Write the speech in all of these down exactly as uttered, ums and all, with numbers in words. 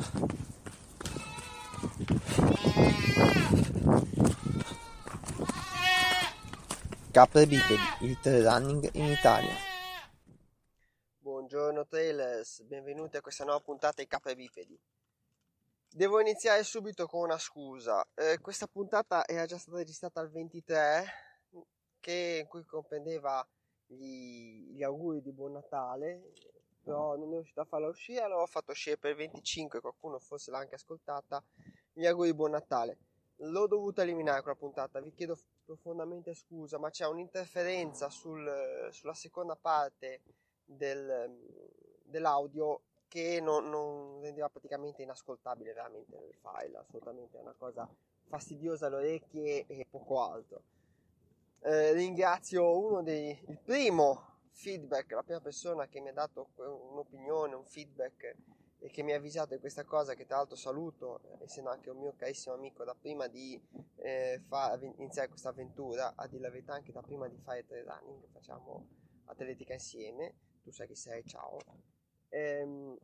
Capre bipedi, il trail running in Italia. Buongiorno trailers, benvenuti a questa nuova puntata di Capre bipedi. Devo iniziare subito con una scusa. Eh, questa puntata era già stata registrata al ventitré, che, in cui comprendeva gli, gli auguri di buon Natale, però non è riuscito a farla uscire, allora ho fatto uscire per il venticinque, qualcuno forse l'ha anche ascoltata, gli auguri di buon Natale. L'ho dovuta eliminare quella puntata, vi chiedo profondamente scusa, ma c'è un'interferenza sul, sulla seconda parte del, dell'audio che non, non rendeva praticamente inascoltabile veramente il file, assolutamente è una cosa fastidiosa alle orecchie e poco altro. Eh, ringrazio uno dei, il primo feedback, la prima persona che mi ha dato un'opinione, un feedback e che mi ha avvisato di questa cosa, che tra l'altro saluto, essendo anche un mio carissimo amico da prima di eh, far, iniziare questa avventura, a dire la verità anche da prima di fare trail running, facciamo atletica insieme, tu sai chi sei, ciao. Ehm,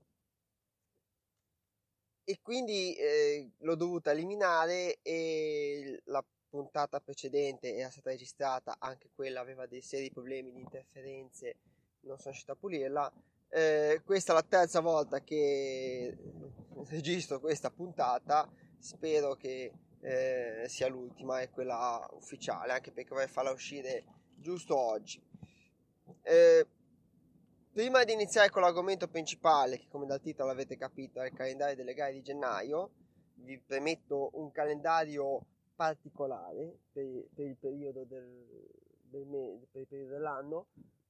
e quindi eh, l'ho dovuta eliminare e la puntata precedente era stata registrata, anche quella aveva dei seri problemi di interferenze, non sono riuscito a pulirla. Eh, questa è la terza volta che registro questa puntata, spero che eh, sia l'ultima e quella ufficiale, anche perché vorrei farla uscire giusto oggi. Eh, prima di iniziare con l'argomento principale, che come dal titolo avete capito è il calendario delle gare di gennaio, vi premetto un calendario particolare per, per il periodo del, del me, per il periodo dell'anno.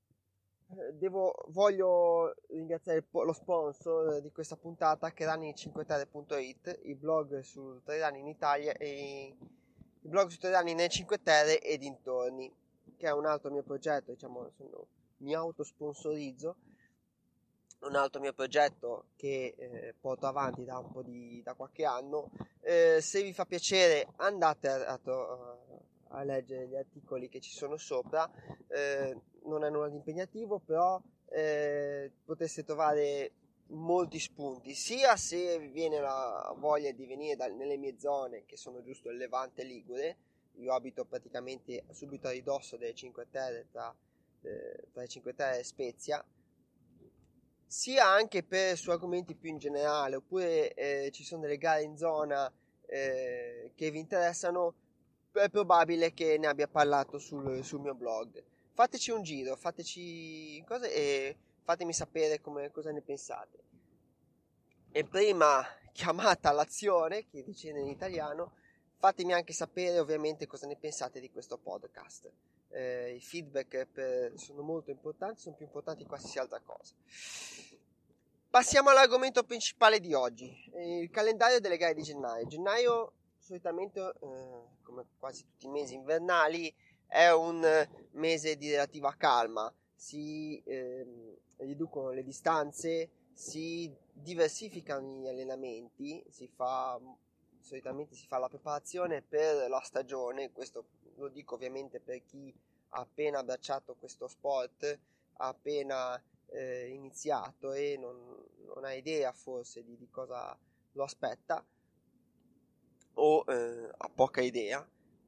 Devo, voglio ringraziare lo sponsor di questa puntata, che è running cinque terre punto it, il blog sul trail running in Italia e il blog su trail running nelle Cinque Terre e dintorni, che è un altro mio progetto, diciamo, sono, mi autosponsorizzo, un altro mio progetto che eh, porto avanti da un po' di da qualche anno. Eh, se vi fa piacere andate a, a, a leggere gli articoli che ci sono sopra. Eh, non è nulla di impegnativo, però eh, potreste trovare molti spunti, sia se vi viene la voglia di venire da, nelle mie zone, che sono giusto il Levante Ligure. Io abito praticamente subito a ridosso delle Cinque Terre, tra, eh, tra le Cinque Terre e Spezia, sia anche per su argomenti più in generale, oppure eh, ci sono delle gare in zona eh, che vi interessano, è probabile che ne abbia parlato sul, sul mio blog. Fateci un giro, fateci cose e fatemi sapere come, cosa ne pensate. E prima chiamata all'azione, che dice in italiano, fatemi anche sapere ovviamente cosa ne pensate di questo podcast. Eh, i feedback per, sono molto importanti, sono più importanti di qualsiasi altra cosa. Passiamo all'argomento principale di oggi, il calendario delle gare di gennaio. Gennaio solitamente, eh, come quasi tutti i mesi invernali, è un mese di relativa calma, si eh, riducono le distanze, si diversificano gli allenamenti, si fa, solitamente si fa la preparazione per la stagione. Questo lo dico ovviamente per chi ha appena abbracciato questo sport, ha appena eh, iniziato e non, non ha idea forse di, di cosa lo aspetta o eh, ha poca idea.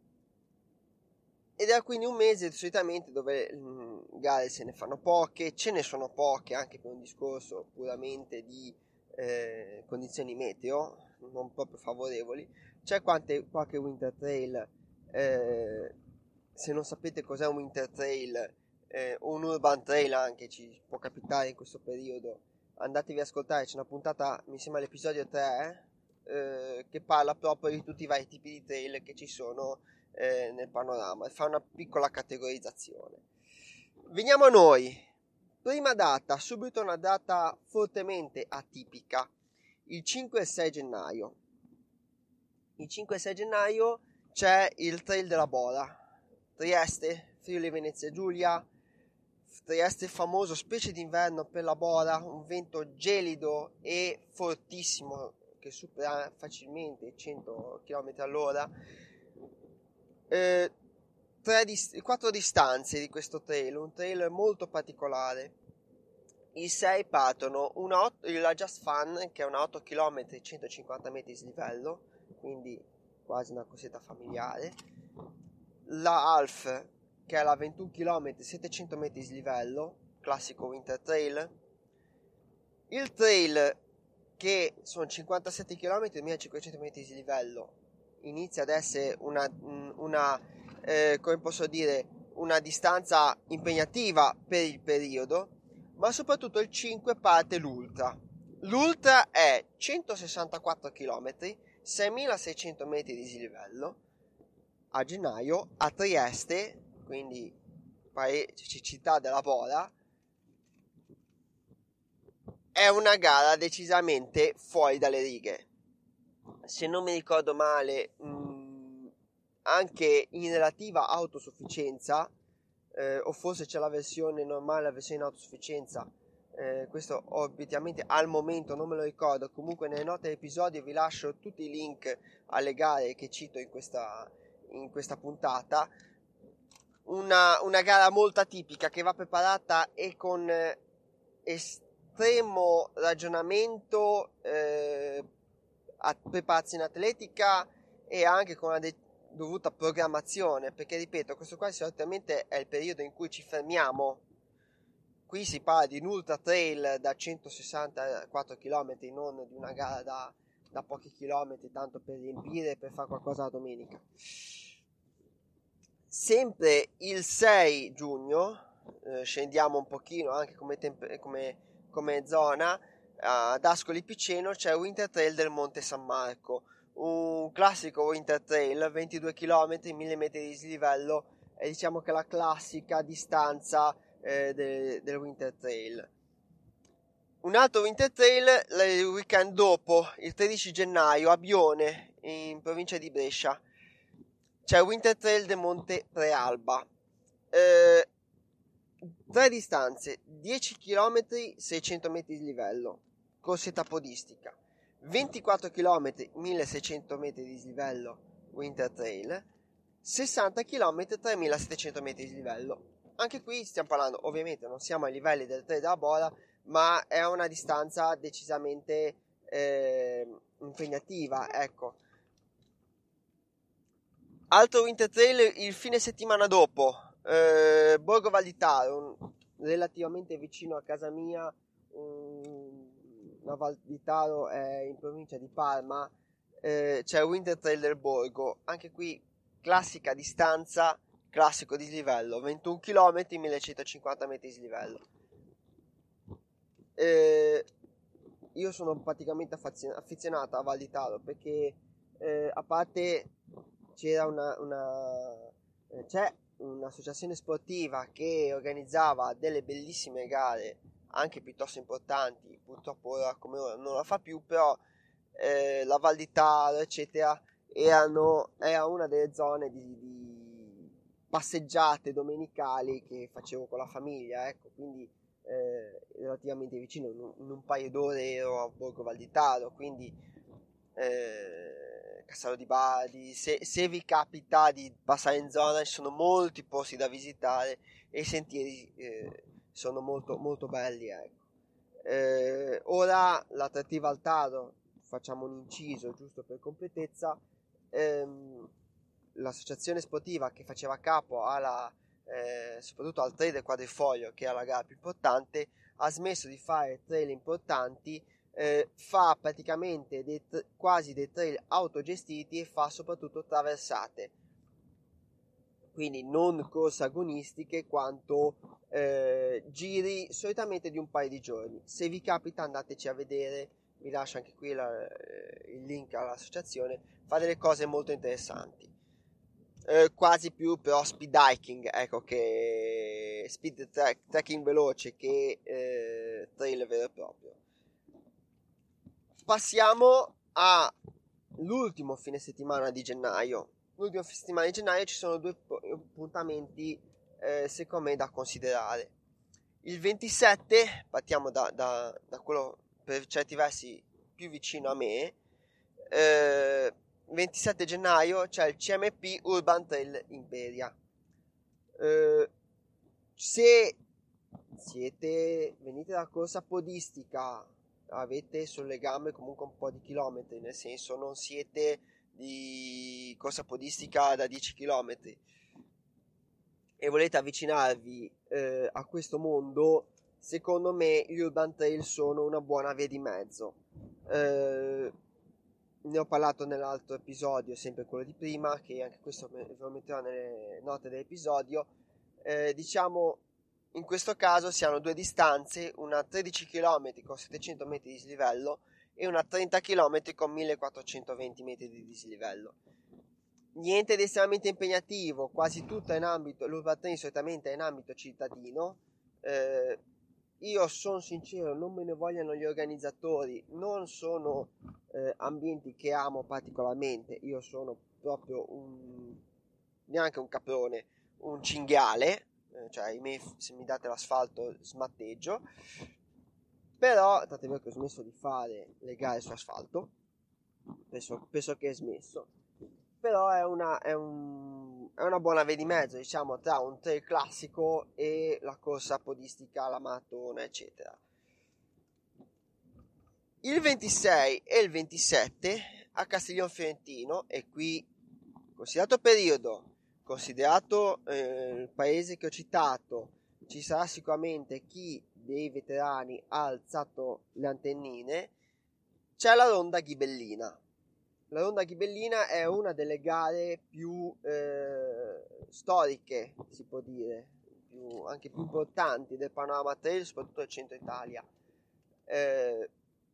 Ed è quindi un mese solitamente dove mh, gare se ne fanno poche, ce ne sono poche anche per un discorso puramente di eh, condizioni meteo non proprio favorevoli. C'è quante, qualche winter trail, eh, se non sapete cos'è un winter trail eh, o un urban trail, anche ci può capitare in questo periodo, andatevi ad ascoltare, c'è una puntata, mi sembra l'episodio tre, eh, che parla proprio di tutti i vari tipi di trail che ci sono Eh, nel panorama, fa una piccola categorizzazione. Veniamo a noi. Prima data, subito una data fortemente atipica, il cinque e sei gennaio. Il cinque e sei gennaio c'è il Trail della Bora, Trieste, Friuli Venezia Giulia. Trieste famoso, specie d'inverno per la Bora, un vento gelido e fortissimo che supera facilmente i cento chilometri all'ora. Eh, tre dist- quattro distanze di questo trail, un trail molto particolare. i sei partono una otto, la Just Fun, che è una otto chilometri centocinquanta metri di dislivello, quindi quasi una cosetta familiare, la Half, che è la ventuno chilometri settecento metri di dislivello, classico winter trail, il trail che sono cinquantasette chilometri millecinquecento metri di dislivello, inizia ad essere una, una eh, come posso dire, una distanza impegnativa per il periodo, ma soprattutto il cinque parte l'ultra. L'ultra è centosessantaquattro chilometri, seimilaseicento metri di dislivello, a gennaio a Trieste, quindi paese, città della Bola. È una gara decisamente fuori dalle righe. Se non mi ricordo male, mh, anche in relativa autosufficienza, eh, o forse c'è la versione normale, la versione in autosufficienza, eh, questo obiettivamente al momento non me lo ricordo. Comunque nelle note dell'episodio vi lascio tutti i link alle gare che cito in questa, in questa puntata. Una, una gara molto atipica che va preparata e con eh, estremo ragionamento, eh, a preparazione atletica e anche con una de- dovuta programmazione, perché ripeto, questo qua solitamente è il periodo in cui ci fermiamo. Qui si parla di un ultra trail da centosessantaquattro chilometri, non di una gara da, da pochi chilometri, tanto per riempire e per fare qualcosa la domenica. Sempre il sei giugno, eh, scendiamo un pochino anche come, temp- come, come zona, ad Ascoli Piceno c'è il Winter Trail del Monte San Marco, un classico Winter Trail, ventidue chilometri, mille metri di dislivello, è diciamo che la classica distanza eh, de- del Winter Trail. Un altro Winter Trail il weekend dopo, il tredici gennaio, a Bione, in provincia di Brescia, c'è il Winter Trail del Monte Prealba. Eh, tre distanze, dieci chilometri, seicento metri di livello, corsetta podistica, ventiquattro chilometri, milleseicento metri di dislivello, Winter Trail, sessanta chilometri, tremilasettecento metri di dislivello. Anche qui stiamo parlando, ovviamente non siamo ai livelli del Trail della Bola, ma è una distanza decisamente eh, impegnativa, ecco. Altro Winter Trail il fine settimana dopo, eh, Borgo Valditaro, relativamente vicino a casa mia, um, la Valditaro è in provincia di Parma, eh, c'è il Winter Trail del Borgo, anche qui classica distanza, classico dislivello, ventuno chilometri, millecentocinquanta metri di dislivello. Eh, io sono praticamente affezionato a Valditaro perché eh, a parte c'era una, una eh, c'è un'associazione sportiva che organizzava delle bellissime gare anche piuttosto importanti, purtroppo ora come ora non la fa più, però eh, la Val di Taro eccetera erano, era una delle zone di, di passeggiate domenicali che facevo con la famiglia, ecco, quindi eh, relativamente vicino, in, in un paio d'ore ero a Borgo Valditaro, quindi eh, Castello di Bari. Se, se vi capita di passare in zona ci sono molti posti da visitare e i sentieri eh, sono molto, molto belli, ecco. Eh, ora l'attrattiva al Taro, facciamo un inciso giusto per completezza, ehm, l'associazione sportiva che faceva capo alla Eh, soprattutto al trail del quadrifoglio, che è la gara più importante, ha smesso di fare trail importanti, eh, fa praticamente dei tra- quasi dei trail autogestiti e fa soprattutto traversate, quindi non corse agonistiche quanto eh, giri solitamente di un paio di giorni. Se vi capita andateci a vedere, vi lascio anche qui la, il link all'associazione, fa delle cose molto interessanti. Eh, quasi più però speed hiking, ecco, che speed tra- trekking veloce che eh, trail vero e proprio. Passiamo all'ultimo fine settimana di gennaio. L'ultimo fine settimana di gennaio ci sono due appuntamenti eh, secondo me da considerare. Il ventisette, partiamo da, da, da quello per certi versi più vicino a me, eh, ventisette gennaio c'è il C M P Urban Trail Imperia. Eh, se siete, venite da corsa podistica, avete sulle gambe comunque un po' di chilometri, nel senso non siete di corsa podistica da dieci chilometri e volete avvicinarvi eh, a questo mondo, secondo me gli urban trail sono una buona via di mezzo. Eh, ne ho parlato nell'altro episodio, sempre quello di prima, che anche questo ve lo metterò nelle note dell'episodio. Eh, diciamo, in questo caso si hanno due distanze, una tredici chilometri con settecento metri di dislivello e una trenta chilometri con millequattrocentoventi metri di dislivello. Niente di estremamente impegnativo, quasi tutto in ambito, l'urban trail solitamente è in ambito cittadino. Eh, io sono sincero, non me ne vogliano gli organizzatori, non sono eh, ambienti che amo particolarmente, io sono proprio un, neanche un caprone, un cinghiale, eh, cioè se mi date l'asfalto smatteggio, però tant'è vero che ho smesso di fare le gare su asfalto, penso, penso che è smesso. Però è una, è, un, è una buona via di mezzo, diciamo, tra un trail classico e la corsa podistica, la maratona, eccetera. Il ventisei e il ventisette a Castiglion Fiorentino, e qui, considerato periodo, considerato eh, il paese che ho citato, ci sarà sicuramente chi dei veterani ha alzato le antennine, c'è la Ronda Ghibellina. La Ronda Ghibellina è una delle gare più eh, storiche, si può dire, più, anche più importanti del panorama trail, soprattutto del centro Italia. Eh,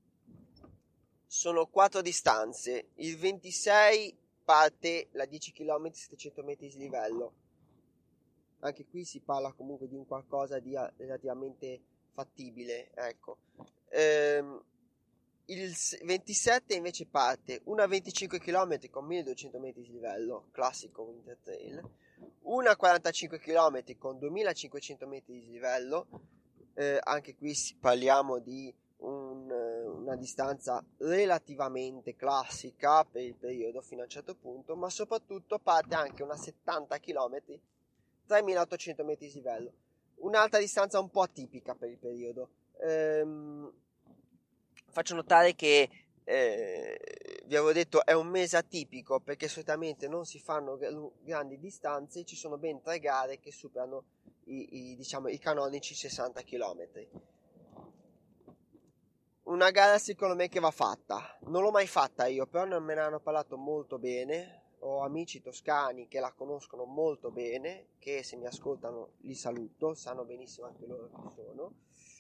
sono quattro distanze. Il ventisei parte la dieci chilometri, settecento metri di livello. Anche qui si parla comunque di un qualcosa di relativamente fattibile, ecco. Eh, Il ventisette invece parte una venticinque chilometri con milleduecento metri di livello, classico winter trail, una quarantacinque chilometri con duemilacinquecento metri di livello, eh, anche qui parliamo di un, una distanza relativamente classica per il periodo fino a un certo punto, ma soprattutto parte anche una settanta chilometri, tremilaottocento metri di livello, un'altra distanza un po' atipica per il periodo. Ehm, Faccio notare che eh, vi avevo detto è un mese atipico perché solitamente non si fanno grandi distanze, ci sono ben tre gare che superano i, i, diciamo, i canonici sessanta chilometri. Una gara secondo me che va fatta, non l'ho mai fatta io, però non me ne hanno parlato molto bene, ho amici toscani che la conoscono molto bene, che se mi ascoltano li saluto, sanno benissimo anche loro chi sono,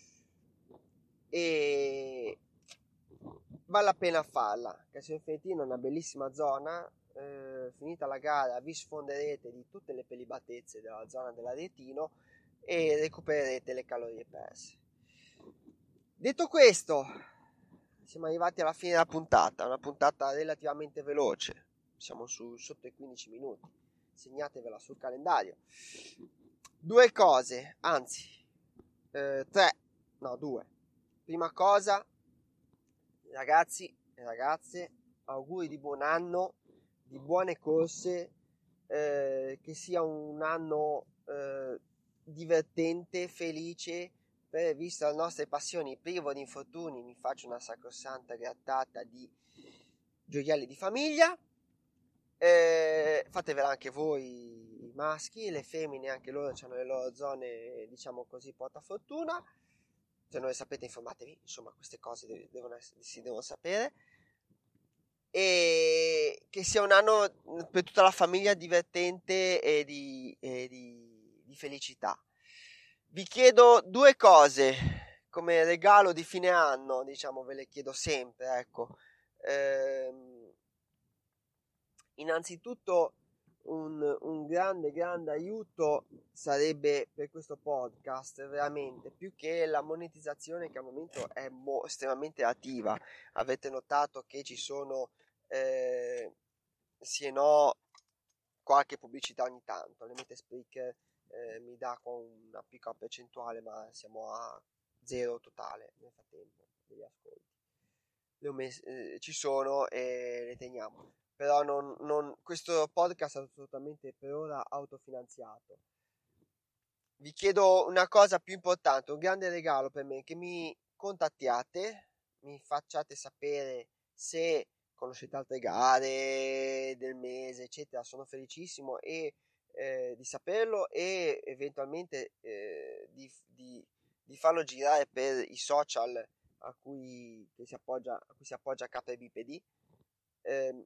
e vale la pena farla. Castiglion Fiorentino è una bellissima zona, eh, finita la gara vi sfonderete di tutte le prelibatezze della zona dell'Arietino e recupererete le calorie perse. Detto questo, siamo arrivati alla fine della puntata, una puntata relativamente veloce, siamo su sotto i quindici minuti, segnatevela sul calendario. Due cose, anzi eh, tre, no due. Prima cosa, ragazzi e ragazze, auguri di buon anno, di buone corse, eh, che sia un anno eh, divertente, felice, per visto le nostre passioni, privo di infortuni, mi faccio una sacrosanta grattata di gioielli di famiglia. Eh, fatevela anche voi maschi, le femmine anche loro hanno le loro zone, diciamo così, portafortuna. Se non le sapete informatevi, insomma queste cose devono essere, si devono sapere, e che sia un anno per tutta la famiglia divertente e di, e di, di felicità. Vi chiedo due cose come regalo di fine anno, diciamo, ve le chiedo sempre, ecco. Ehm, innanzitutto un, un grande grande aiuto sarebbe per questo podcast veramente, più che la monetizzazione che al momento è mo- estremamente attiva. Avete notato che ci sono eh, sì e no qualche pubblicità ogni tanto, le mete Spreaker eh, mi dà con una piccola percentuale, ma siamo a zero totale nel frattempo degli ascolti. Le ho messe, eh, ci sono e le teniamo, però non, non, questo podcast è assolutamente per ora autofinanziato. vi chiedo una cosa più importante, un grande regalo per me, che mi contattiate, mi facciate sapere se conoscete altre gare del mese, eccetera. Sono felicissimo e, eh, di saperlo e eventualmente eh, di, di, di farlo girare per i social a cui, che si appoggia, a cui si appoggia K B P D. Eh,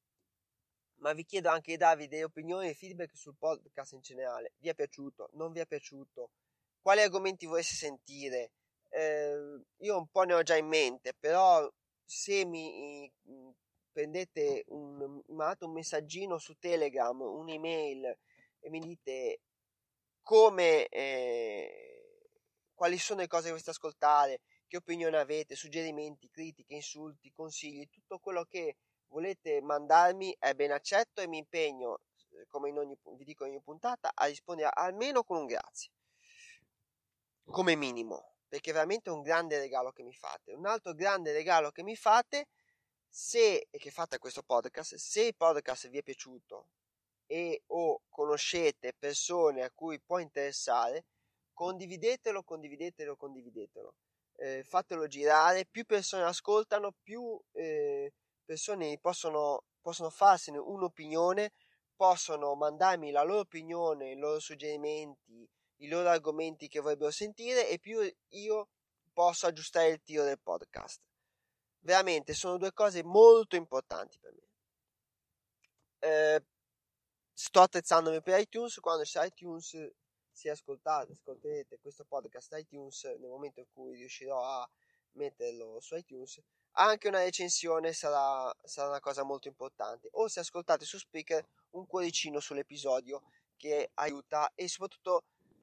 ma vi chiedo anche di darvi delle opinioni e feedback sul podcast in generale. Vi è piaciuto? Non vi è piaciuto? Quali argomenti vorreste sentire? Eh, io un po' ne ho già in mente, però se mi mh, prendete un, mandate un messaggino su Telegram, un'email e mi dite come, eh, quali sono le cose che volete ascoltare, che opinioni avete, suggerimenti, critiche, insulti, consigli, tutto quello che volete mandarmi è ben accetto e mi impegno, come in ogni, vi dico in ogni puntata, a rispondere almeno con un grazie, come minimo, perché è veramente un grande regalo che mi fate. Un altro grande regalo che mi fate, se e che fate a questo podcast, se il podcast vi è piaciuto e o conoscete persone a cui può interessare, condividetelo, condividetelo, condividetelo. Eh, fatelo girare, più persone ascoltano, più eh, persone possono, possono farsene un'opinione, possono mandarmi la loro opinione, i loro suggerimenti, i loro argomenti che vorrebbero sentire e più io posso aggiustare il tiro del podcast. Veramente sono due cose molto importanti per me. Eh, sto attrezzandomi per iTunes. Quando su iTunes si ascoltate, ascolterete questo podcast iTunes, nel momento in cui riuscirò a metterlo su iTunes, anche una recensione sarà, sarà una cosa molto importante. O se ascoltate su Spreaker, un cuoricino sull'episodio che aiuta. E soprattutto,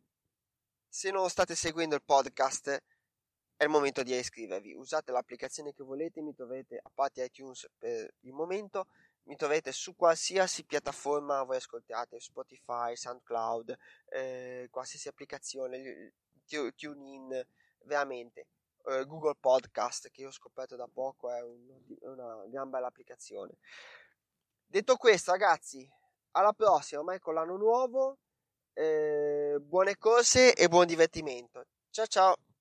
se non state seguendo il podcast, è il momento di iscrivervi. Usate l'applicazione che volete, mi troverete, a parte iTunes per il momento, mi troverete su qualsiasi piattaforma voi ascoltate, Spotify, SoundCloud, eh, qualsiasi applicazione, TuneIn, veramente. Eh, Google Podcast, che io ho scoperto da poco, è, un, è una gran bella applicazione. Detto questo, ragazzi, alla prossima, ormai con l'anno nuovo, eh, buone corse e buon divertimento. Ciao ciao!